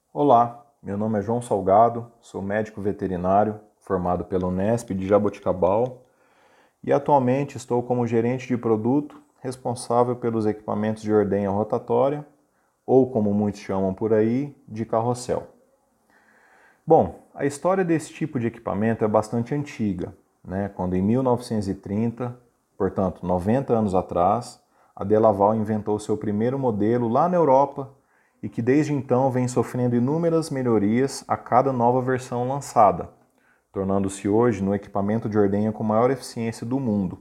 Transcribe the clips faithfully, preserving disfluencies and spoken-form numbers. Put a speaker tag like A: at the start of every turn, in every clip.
A: Olá, meu nome é João Salgado, sou médico veterinário formado pela Unesp de Jaboticabal e atualmente estou como gerente de produto responsável pelos equipamentos de ordenha rotatória, ou como muitos chamam por aí, de carrossel. Bom, a história desse tipo de equipamento é bastante antiga, né? Quando em mil novecentos e trinta, portanto noventa anos atrás, a Delaval inventou seu primeiro modelo lá na Europa e que desde então vem sofrendo inúmeras melhorias a cada nova versão lançada, tornando-se hoje no equipamento de ordenha com maior eficiência do mundo.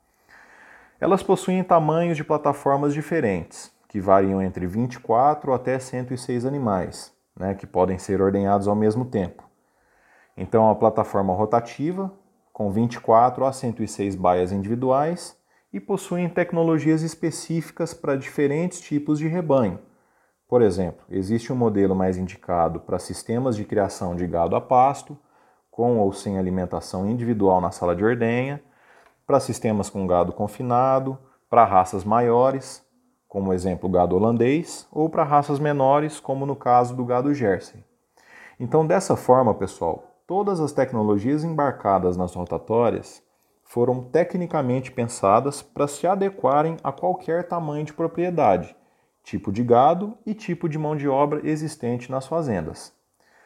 A: Elas possuem tamanhos de plataformas diferentes, que variam entre vinte e quatro até cento e seis animais, né, que podem ser ordenhados ao mesmo tempo. Então, a plataforma rotativa, com vinte e quatro a cento e seis baias individuais, e possuem tecnologias específicas para diferentes tipos de rebanho. Por exemplo, existe um modelo mais indicado para sistemas de criação de gado a pasto, com ou sem alimentação individual na sala de ordenha, para sistemas com gado confinado, para raças maiores, como exemplo o gado holandês, ou para raças menores, como no caso do gado Jersey. Então, dessa forma, pessoal, todas as tecnologias embarcadas nas rotatórias foram tecnicamente pensadas para se adequarem a qualquer tamanho de propriedade, tipo de gado e tipo de mão de obra existente nas fazendas.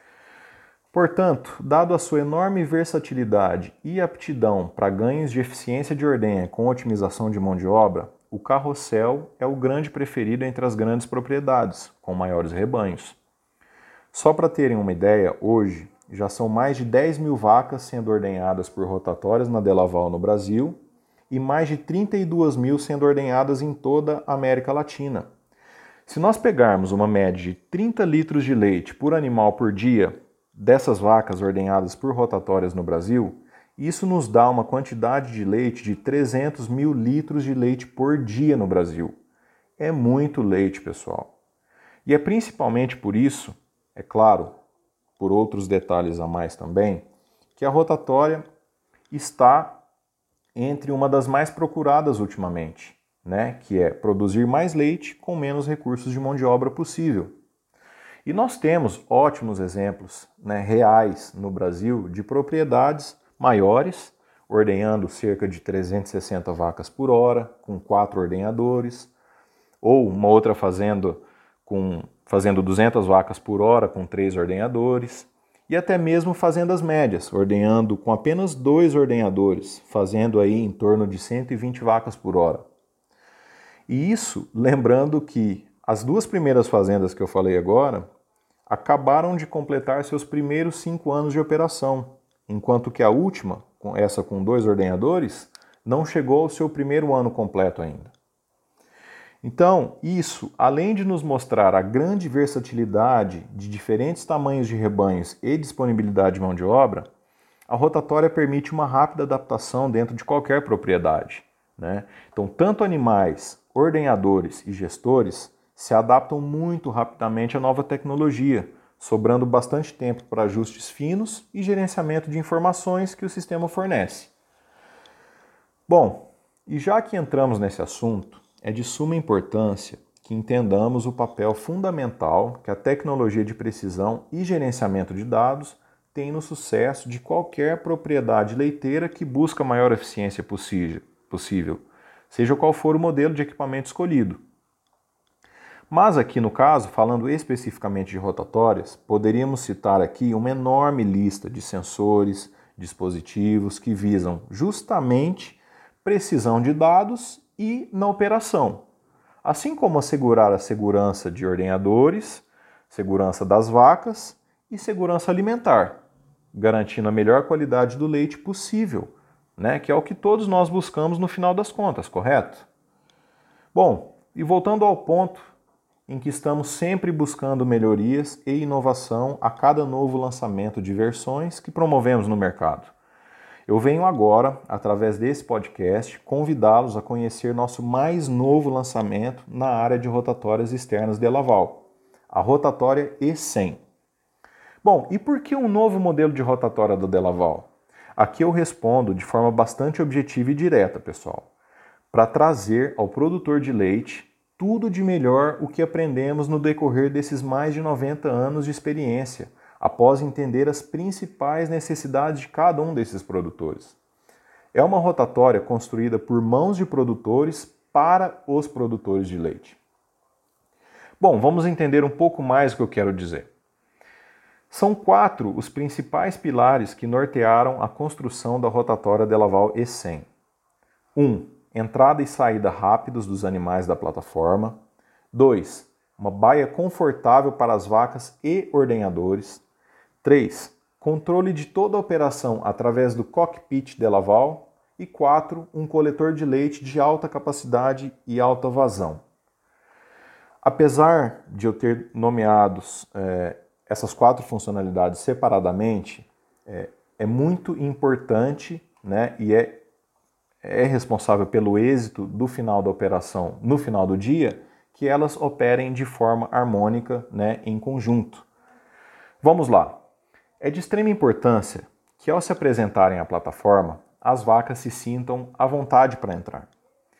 A: Portanto, dado a sua enorme versatilidade e aptidão para ganhos de eficiência de ordenha com otimização de mão de obra, o carrossel é o grande preferido entre as grandes propriedades, com maiores rebanhos. Só para terem uma ideia, hoje já são mais de dez mil vacas sendo ordenhadas por rotatórias na Delaval no Brasil e mais de trinta e duas mil sendo ordenhadas em toda a América Latina. Se nós pegarmos uma média de trinta litros de leite por animal por dia dessas vacas ordenhadas por rotatórias no Brasil, isso nos dá uma quantidade de leite de trezentos mil litros de leite por dia no Brasil. É muito leite, pessoal. E é principalmente por isso, é claro, por outros detalhes a mais também, que a rotatória está entre uma das mais procuradas ultimamente, né? Que é produzir mais leite com menos recursos de mão de obra possível. E nós temos ótimos exemplos, né, reais no Brasil de propriedades maiores, ordenhando cerca de trezentas e sessenta vacas por hora, com quatro ordenhadores, ou uma outra fazenda com, fazendo duzentas vacas por hora, com três ordenhadores, e até mesmo fazendas médias, ordenhando com apenas dois ordenhadores, fazendo aí em torno de cento e vinte vacas por hora. E isso lembrando que as duas primeiras fazendas que eu falei agora acabaram de completar seus primeiros cinco anos de operação, enquanto que a última, essa com dois ordenhadores, não chegou ao seu primeiro ano completo ainda. Então, isso, além de nos mostrar a grande versatilidade de diferentes tamanhos de rebanhos e disponibilidade de mão de obra, a rotatória permite uma rápida adaptação dentro de qualquer propriedade, né? Então, tanto animais, ordenhadores e gestores se adaptam muito rapidamente à nova tecnologia, sobrando bastante tempo para ajustes finos e gerenciamento de informações que o sistema fornece. Bom, e já que entramos nesse assunto, é de suma importância que entendamos o papel fundamental que a tecnologia de precisão e gerenciamento de dados tem no sucesso de qualquer propriedade leiteira que busca a maior eficiência possível, seja qual for o modelo de equipamento escolhido. Mas aqui no caso, falando especificamente de rotatórias, poderíamos citar aqui uma enorme lista de sensores, dispositivos que visam justamente precisão de dados e na operação, assim como assegurar a segurança de ordenhadores, segurança das vacas e segurança alimentar, garantindo a melhor qualidade do leite possível, né, que é o que todos nós buscamos no final das contas, correto? Bom, e voltando ao ponto em que estamos sempre buscando melhorias e inovação a cada novo lançamento de versões que promovemos no mercado. Eu venho agora, através desse podcast, convidá-los a conhecer nosso mais novo lançamento na área de rotatórias externas Delaval, a rotatória E cem. Bom, e por que um novo modelo de rotatória da Delaval? Aqui eu respondo de forma bastante objetiva e direta, pessoal, para trazer ao produtor de leite tudo de melhor o que aprendemos no decorrer desses mais de noventa anos de experiência, após entender as principais necessidades de cada um desses produtores. É uma rotatória construída por mãos de produtores para os produtores de leite. Bom, vamos entender um pouco mais o que eu quero dizer. São quatro os principais pilares que nortearam a construção da rotatória Delaval E cem. um. Entrada e saída rápidos dos animais da plataforma. dois. Uma baia confortável para as vacas e ordenhadores. três. Controle de toda a operação através do cockpit Delaval. E quatro. Um coletor de leite de alta capacidade e alta vazão. Apesar de eu ter nomeado é, essas quatro funcionalidades separadamente, é, é muito importante, né, e é, é responsável pelo êxito do final da operação no final do dia, que elas operem de forma harmônica, né, em conjunto. Vamos lá. É de extrema importância que, ao se apresentarem à plataforma, as vacas se sintam à vontade para entrar.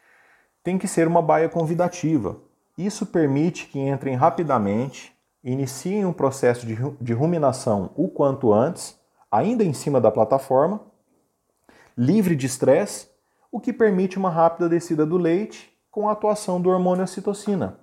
A: Tem que ser uma baia convidativa. Isso permite que entrem rapidamente, iniciem um processo de, de ruminação o quanto antes, ainda em cima da plataforma, livre de estresse, o que permite uma rápida descida do leite com a atuação do hormônio ocitocina.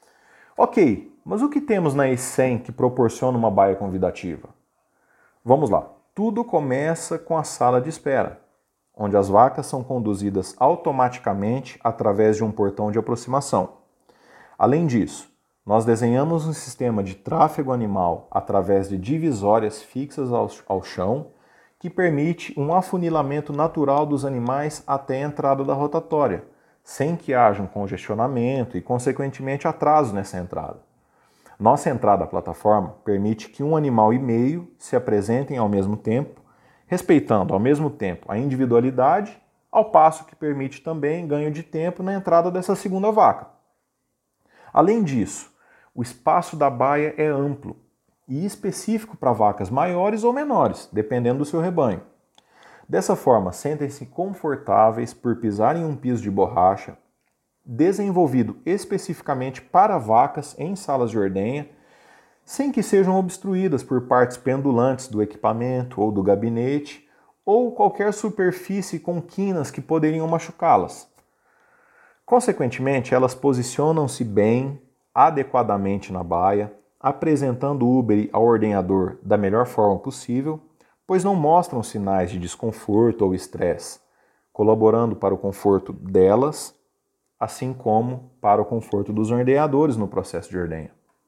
A: Ok, mas o que temos na E cem que proporciona uma baia convidativa? Vamos lá. Tudo começa com a sala de espera, onde as vacas são conduzidas automaticamente através de um portão de aproximação. Além disso, nós desenhamos um sistema de tráfego animal através de divisórias fixas ao, ao chão, que permite um afunilamento natural dos animais até a entrada da rotatória, sem que haja um congestionamento e, consequentemente, atraso nessa entrada. Nossa entrada à plataforma permite que um animal e meio se apresentem ao mesmo tempo, respeitando ao mesmo tempo a individualidade, ao passo que permite também ganho de tempo na entrada dessa segunda vaca. Além disso, o espaço da baia é amplo e específico para vacas maiores ou menores, dependendo do seu rebanho. Dessa forma, sentem-se confortáveis por pisar em um piso de borracha, desenvolvido especificamente para vacas em salas de ordenha, sem que sejam obstruídas por partes pendulantes do equipamento ou do gabinete, ou qualquer superfície com quinas que poderiam machucá-las. Consequentemente, elas posicionam-se bem, adequadamente na baia, apresentando o úbere ao ordenhador da melhor forma possível, pois não mostram sinais de desconforto ou estresse, colaborando para o conforto delas, assim como para o conforto dos ordenhadores no processo de ordenha.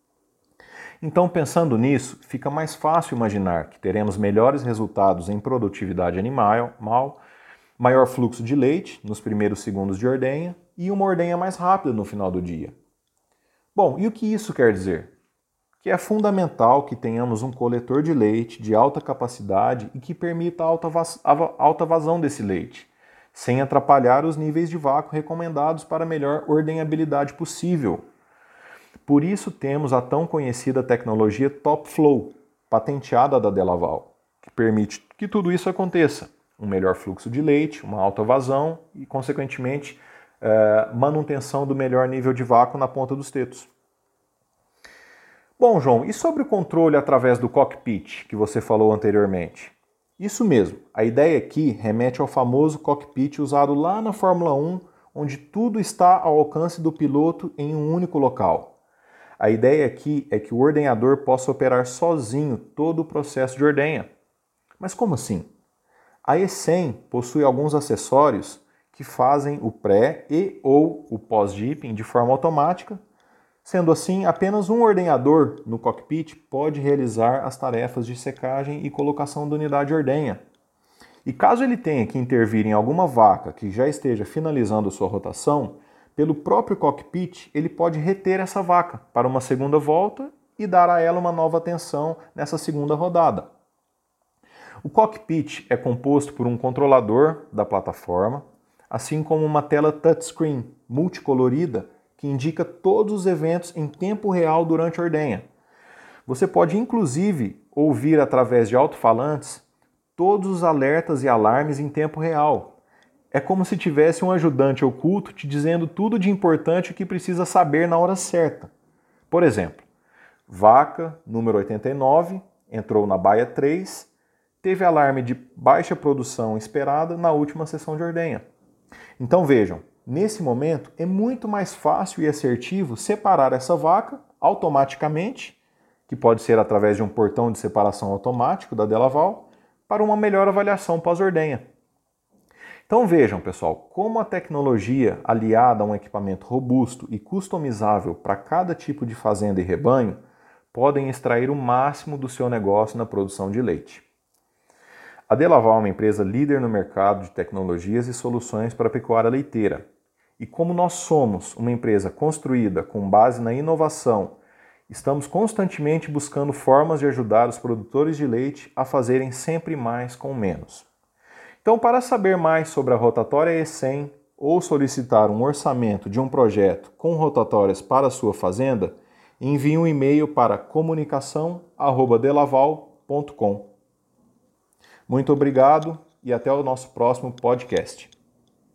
A: Então, pensando nisso, fica mais fácil imaginar que teremos melhores resultados em produtividade animal, maior fluxo de leite nos primeiros segundos de ordenha e uma ordenha mais rápida no final do dia. Bom, e o que isso quer dizer? Que é fundamental que tenhamos um coletor de leite de alta capacidade e que permita a alta, vaz- a alta vazão desse leite, sem atrapalhar os níveis de vácuo recomendados para a melhor ordenhabilidade possível. Por isso temos a tão conhecida tecnologia Top Flow, patenteada da Delaval, que permite que tudo isso aconteça. Um melhor fluxo de leite, uma alta vazão e, consequentemente, eh, manutenção do melhor nível de vácuo na ponta dos tetos. Bom, João, e sobre o controle através do cockpit, que você falou anteriormente? Isso mesmo, a ideia aqui remete ao famoso cockpit usado lá na Fórmula um, onde tudo está ao alcance do piloto em um único local. A ideia aqui é que o ordenhador possa operar sozinho todo o processo de ordenha. Mas como assim? A E cem possui alguns acessórios que fazem o pré e ou o pós-dipping de forma automática. Sendo assim, apenas um ordenhador no cockpit pode realizar as tarefas de secagem e colocação da unidade de ordenha. E caso ele tenha que intervir em alguma vaca que já esteja finalizando sua rotação, pelo próprio cockpit ele pode reter essa vaca para uma segunda volta e dar a ela uma nova atenção nessa segunda rodada. O cockpit é composto por um controlador da plataforma, assim como uma tela touchscreen multicolorida que indica todos os eventos em tempo real durante a ordenha. Você pode inclusive ouvir através de alto-falantes todos os alertas e alarmes em tempo real, É como se tivesse um ajudante oculto te dizendo tudo de importante que precisa saber na hora certa. Por exemplo, vaca número oitenta e nove entrou na baia três, teve alarme de baixa produção esperada na última sessão de ordenha. Então vejam, nesse momento é muito mais fácil e assertivo separar essa vaca automaticamente, que pode ser através de um portão de separação automático da Delaval, para uma melhor avaliação pós-ordenha. Então vejam, pessoal, como a tecnologia aliada a um equipamento robusto e customizável para cada tipo de fazenda e rebanho podem extrair o máximo do seu negócio na produção de leite. A Delaval é uma empresa líder no mercado de tecnologias e soluções para a pecuária leiteira. E como nós somos uma empresa construída com base na inovação, estamos constantemente buscando formas de ajudar os produtores de leite a fazerem sempre mais com menos. Então, para saber mais sobre a rotatória E cem ou solicitar um orçamento de um projeto com rotatórias para a sua fazenda, envie um e-mail para comunicação arroba delaval ponto com. Muito obrigado e até o nosso próximo podcast.